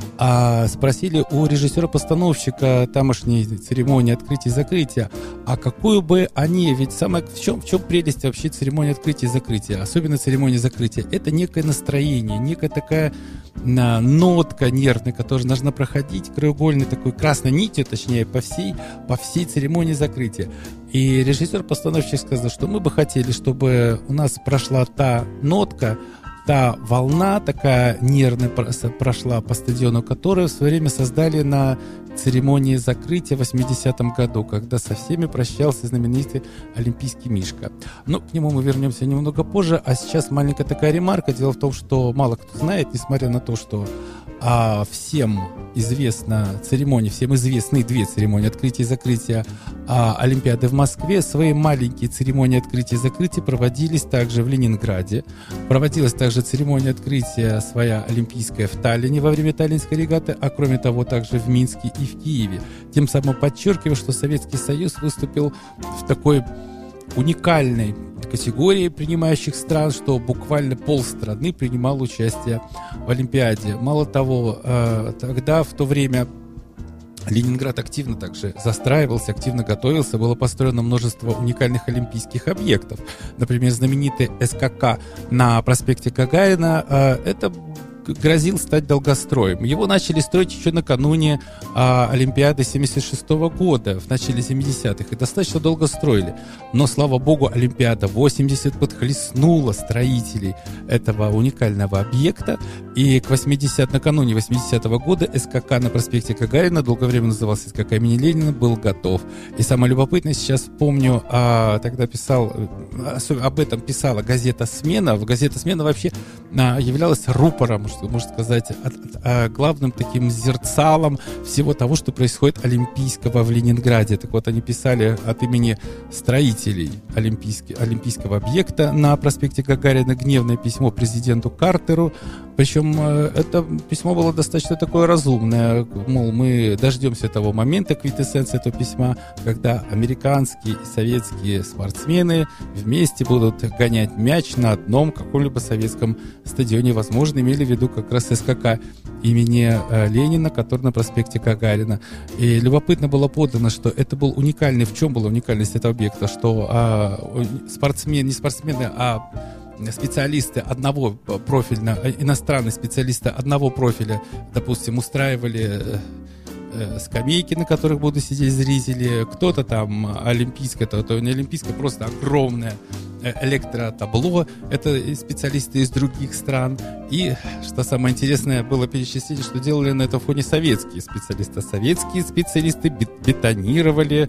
а спросили у режиссера-постановщика тамошней церемонии открытия и закрытия, а какую бы они, ведь самое, в чем, в чем прелесть вообще церемонии открытия и закрытия, особенно церемонии закрытия, это некое настроение, некая такая а, нотка нервная, которая должна проходить краеугольной такой красной нитью, точнее, по всей, по всей церемонии закрытия. И режиссер-постановщик сказал, что мы бы хотели, чтобы у нас прошла та нотка, та волна такая нервная прошла по стадиону, которую в свое время создали на церемонии закрытия в восьмидесятом году, когда со всеми прощался знаменитый Олимпийский Мишка. Но к нему мы вернемся немного позже, а сейчас маленькая такая ремарка. Дело в том, что мало кто знает, несмотря на то, что а, всем известна церемония, всем известны две церемонии открытия и закрытия а, Олимпиады в Москве. Свои маленькие церемонии открытия и закрытия проводились также в Ленинграде. Проводилась также церемония открытия своя олимпийская в Таллине во время Таллинской регаты, а кроме того также в Минске и в Киеве. Тем самым подчеркивая, что Советский Союз выступил в такой уникальной категории принимающих стран, что буквально полстраны принимало участие в Олимпиаде. Мало того, тогда, в то время, Ленинград активно также застраивался, активно готовился, было построено множество уникальных олимпийских объектов. Например, знаменитый эс ка ка на проспекте Гагарина. Это грозил стать долгостроем. Его начали строить еще накануне а, Олимпиады семьдесят шестого года, в начале семидесятых, и достаточно долго строили. Но, слава богу, Олимпиада восемьдесят подхлестнула строителей этого уникального объекта, и к восьмидесятым, накануне восьмидесятого года СКК на проспекте Гагарина, долгое время назывался СКК имени Ленина, был готов. И самое любопытное, сейчас помню, а, тогда писал, об этом писала газета «Смена». Газета «Смена» вообще а, являлась рупором, что можно сказать, от, от, а, главным таким зерцалом всего того, что происходит олимпийского в Ленинграде. Так вот, они писали от имени строителей олимпийский, олимпийского объекта на проспекте Гагарина гневное письмо президенту Картеру. Причем это письмо было достаточно такое разумное. Мол, мы дождемся того момента, квинтэссенции этого письма, когда американские и советские спортсмены вместе будут гонять мяч на одном каком-либо советском стадионе. Возможно, имели в виду как раз СКК имени Ленина, который на проспекте Гагарина. И любопытно было подано, что это был уникальный. В чем была уникальность этого объекта? Что а, спортсмены, не спортсмены, а специалисты одного профиля, иностранные специалисты одного профиля, допустим, устраивали э, скамейки, на которых будут сидеть зрители, кто-то там олимпийское, то, то не олимпийское, просто огромное электротабло, это специалисты из других стран. И, что самое интересное, было перечислить, что делали на этом фоне советские специалисты. Советские специалисты бетонировали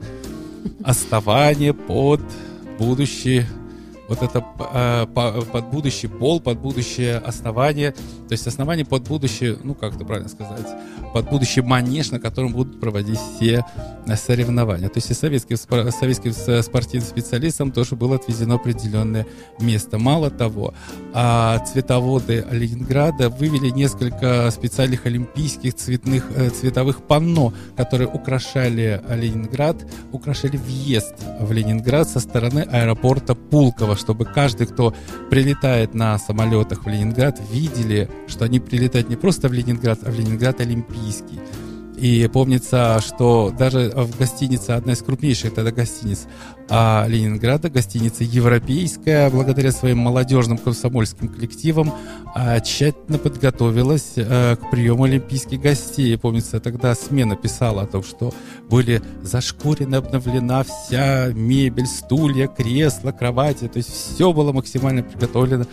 основание под будущий вот это э, по, под будущий пол, под будущее основание, то есть основание под будущее, ну как это правильно сказать, под будущий манеж, на котором будут проводить все соревнования. То есть и советским, советским спортивным специалистам тоже было отведено определенное место. Мало того, а цветоводы Ленинграда вывели несколько специальных олимпийских цветных, цветовых панно, которые украшали Ленинград, украшали въезд в Ленинград со стороны аэропорта Пулково, чтобы каждый, кто прилетает на самолетах в Ленинград, видели, что они прилетают не просто в Ленинград, а в Ленинград Олимпийский. И помнится, что даже в гостинице, одна из крупнейших тогда гостиниц а Ленинграда, гостиница «Европейская», благодаря своим молодежным комсомольским коллективам, а, тщательно подготовилась а, к приему олимпийских гостей. Помнится, тогда «Смена» писала о том, что были зашкурены, обновлена вся мебель, стулья, кресла, кровати, то есть все было максимально приготовлено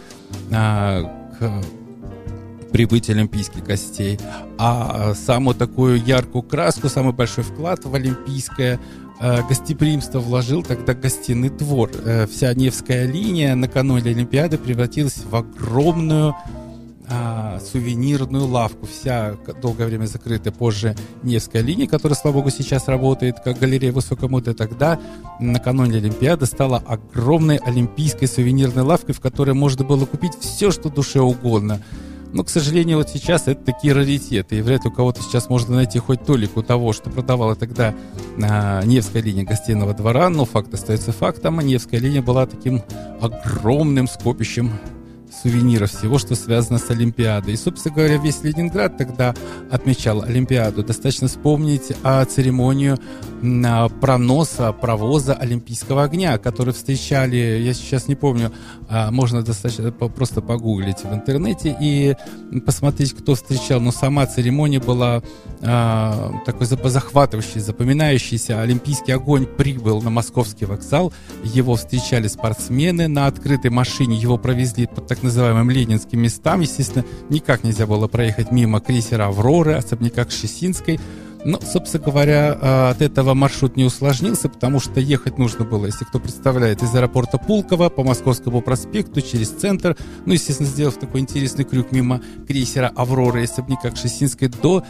а, к прибытие олимпийских гостей. А самую такую яркую краску, самый большой вклад в олимпийское э, гостеприимство вложил тогда гостиный двор. Э, вся Невская линия накануне Олимпиады превратилась в огромную э, сувенирную лавку. Вся долгое время закрытая позже Невская линия, которая, слава богу, сейчас работает как галерея высокой моды, тогда накануне Олимпиады стала огромной олимпийской сувенирной лавкой, в которой можно было купить все, что душе угодно. Но, к сожалению, вот сейчас это такие раритеты. И вряд ли у кого-то сейчас можно найти хоть толику того, что продавала тогда а, Невская линия гостиного двора. Но факт остается фактом. Невская линия была таким огромным скопищем сувениров, всего, что связано с Олимпиадой. И, собственно говоря, весь Ленинград тогда отмечал Олимпиаду. Достаточно вспомнить о церемонию проноса, провоза Олимпийского огня, который встречали, я сейчас не помню, можно достаточно просто погуглить в интернете и посмотреть, кто встречал. Но сама церемония была такой захватывающей, запоминающейся. Олимпийский огонь прибыл на Московский вокзал, его встречали спортсмены на открытой машине, его провезли под так называемым ленинским местам. Естественно, никак нельзя было проехать мимо крейсера «Авроры», особняка Кшесинской. Но, собственно говоря, от этого маршрут не усложнился, потому что ехать нужно было, если кто представляет, из аэропорта Пулково по Московскому проспекту через центр, ну, естественно, сделав такой интересный крюк мимо крейсера «Аврора» и особняка Кшесинской до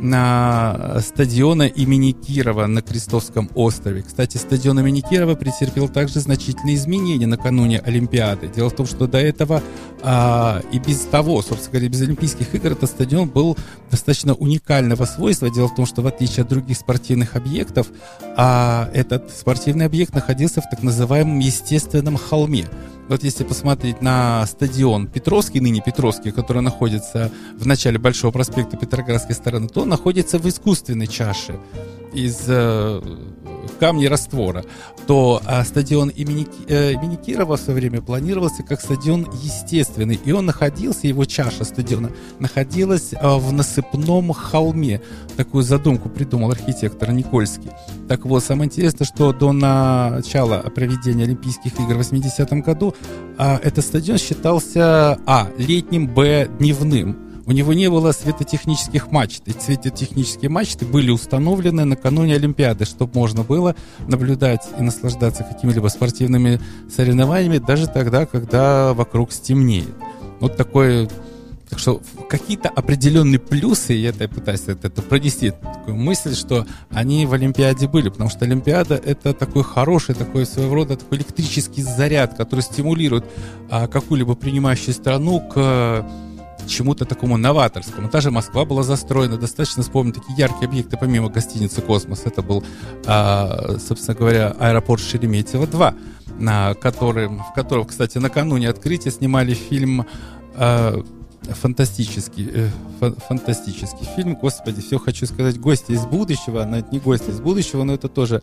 на стадиона имени Кирова на Крестовском острове. Кстати, стадион имени Кирова претерпел также значительные изменения накануне Олимпиады. Дело в том, что до этого а, и без того, собственно говоря, без Олимпийских игр этот стадион был достаточно уникального свойства. Дело в том, что в отличие от других спортивных объектов, а этот спортивный объект находился в так называемом естественном холме. Вот если посмотреть на стадион Петровский, ныне Петровский, который находится в начале Большого проспекта Петроградской стороны, то он находится в искусственной чаше. из э, камней раствора, то э, стадион имени, э, имени Кирова в свое время планировался как стадион естественный, и он находился, его чаша стадиона находилась э, в насыпном холме. Такую задумку придумал архитектор Никольский. Так вот, самое интересное, что до начала проведения Олимпийских игр в восьмидесятом году э, этот стадион считался а. летним, б. дневным. У него не было светотехнических мачт. И светотехнические мачты были установлены накануне Олимпиады, чтобы можно было наблюдать и наслаждаться какими-либо спортивными соревнованиями даже тогда, когда вокруг стемнеет. Вот такой... Так что какие-то определенные плюсы, я это пытаюсь это, это пронести, такую мысль, что они в Олимпиаде были, потому что Олимпиада — это такой хороший, такой своего рода такой электрический заряд, который стимулирует а, какую-либо принимающую страну к чему-то такому новаторскому. Та же Москва была застроена, достаточно вспомнить такие яркие объекты, помимо гостиницы «Космос». Это был, а, собственно говоря, аэропорт Шереметьево-два, на котором, в котором, кстати, накануне открытия снимали фильм а, фантастический, э, фа- фантастический фильм, господи, все хочу сказать, «Гости из будущего», но это не «Гости из будущего», но это тоже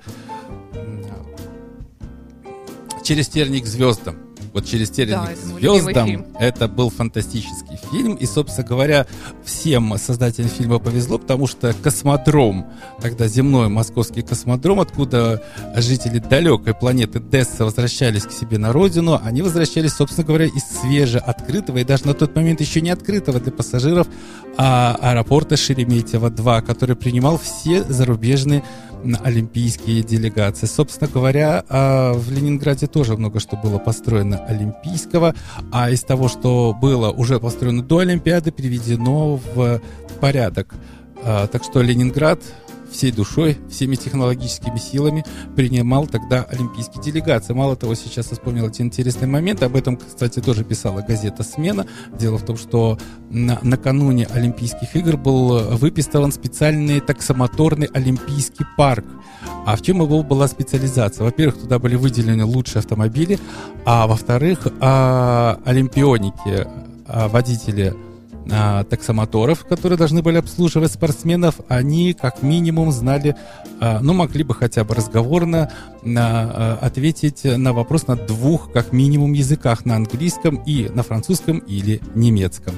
«Через терник к звездам». Вот «Через терник да, к звездам» это был фантастический фильм. И, собственно говоря, всем создателям фильма повезло, потому что космодром, тогда земной московский космодром, откуда жители далекой планеты Десса возвращались к себе на родину, они возвращались, собственно говоря, из свежеоткрытого и даже на тот момент еще не открытого для пассажиров а, аэропорта Шереметьево-два, который принимал все зарубежные олимпийские делегации. Собственно говоря, в Ленинграде тоже много что было построено олимпийского, а из того, что было уже построено до Олимпиады, переведено в порядок. Так что Ленинград всей душой, всеми технологическими силами принимал тогда олимпийские делегации. Мало того, сейчас я вспомнил один интересный момент, об этом, кстати, тоже писала газета «Смена». Дело в том, что на, накануне Олимпийских игр был выписан специальный таксомоторный олимпийский парк. А в чем его была специализация? Во-первых, туда были выделены лучшие автомобили, а во-вторых, а, олимпионики, а, водители А, таксомоторов, которые должны были обслуживать спортсменов, они как минимум знали, а, ну, могли бы хотя бы разговорно а, ответить на вопрос на двух как минимум языках, на английском и на французском или немецком.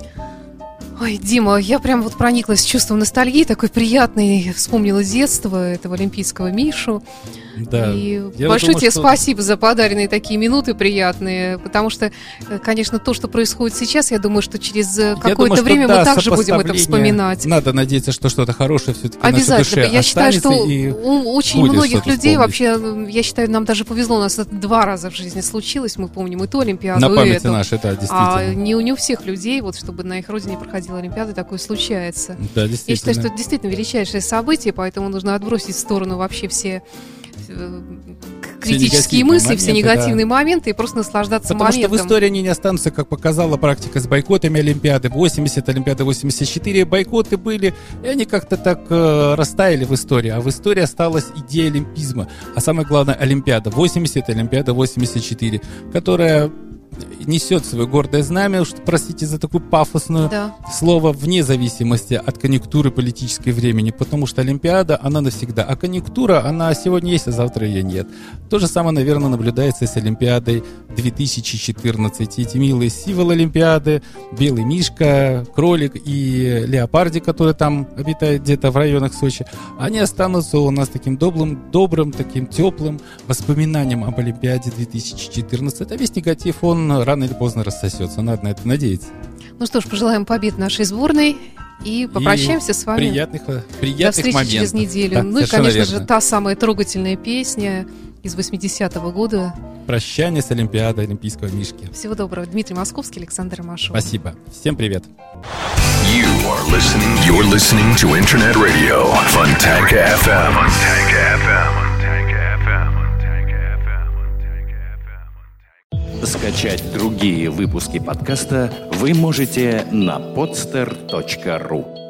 Ой, Дима, я прям вот прониклась чувством ностальгии, такой приятный, вспомнила детство этого олимпийского Мишу. Да. И Я большое думаю, тебе что... спасибо за подаренные такие минуты приятные, потому что, конечно, то, что происходит сейчас, я думаю, что через какое-то думаю, время что, мы да, также будем это вспоминать. Надо надеяться, что что-то хорошее все-таки в нашей душе обязательно. Я считаю, что и у очень будет многих людей вспомнить. вообще, я считаю, нам даже повезло, у нас это два раза в жизни случилось, мы помним и ту Олимпиаду, на и памяти эту. нашей, да, действительно. А не, не у всех людей, вот чтобы на их родине проходила Олимпиада, такое случается. Да, Я считаю, что это действительно величайшее событие, поэтому нужно отбросить в сторону вообще все э, критические мысли, моменты, все негативные да. моменты и просто наслаждаться Потому моментом. что в истории они не останутся, как показала практика с бойкотами Олимпиады восемьдесят, Олимпиады восемьдесят четыре. Бойкоты были, и они как-то так э, растаяли в истории. А в истории осталась идея олимпизма. А самое главное, Олимпиада восемьдесят, Олимпиада восемьдесят четыре, которая несет свое гордое знамя, что, простите за такое пафосное да. слово, вне зависимости от конъюнктуры политической времени, потому что Олимпиада, она навсегда, а конъюнктура, она сегодня есть, а завтра ее нет. То же самое, наверное, наблюдается и с Олимпиадой две тысячи четырнадцать. Эти милые символы Олимпиады, белый мишка, кролик и леопардик, который там обитает где-то в районах Сочи, они останутся у нас таким добрым, добрым, таким теплым воспоминанием об Олимпиаде две тысячи четырнадцать. А весь негатив, он рано или поздно рассосется. Надо на это надеяться. Ну что ж, пожелаем побед нашей сборной и попрощаемся и с вами. Приятных, приятных До встречи моментов. через неделю. Да, ну и, конечно верно. же, та самая трогательная песня из восьмидесятого года. Прощание с Олимпиадой Олимпийского Мишки. Всего доброго. Дмитрий Московский, Александр Ромашов. Спасибо. Всем привет. You are listening, you're listening to Internet Radio, Fontanka эф эм. Fontanka эф эм. Скачать другие выпуски подкаста вы можете на podster точка ру.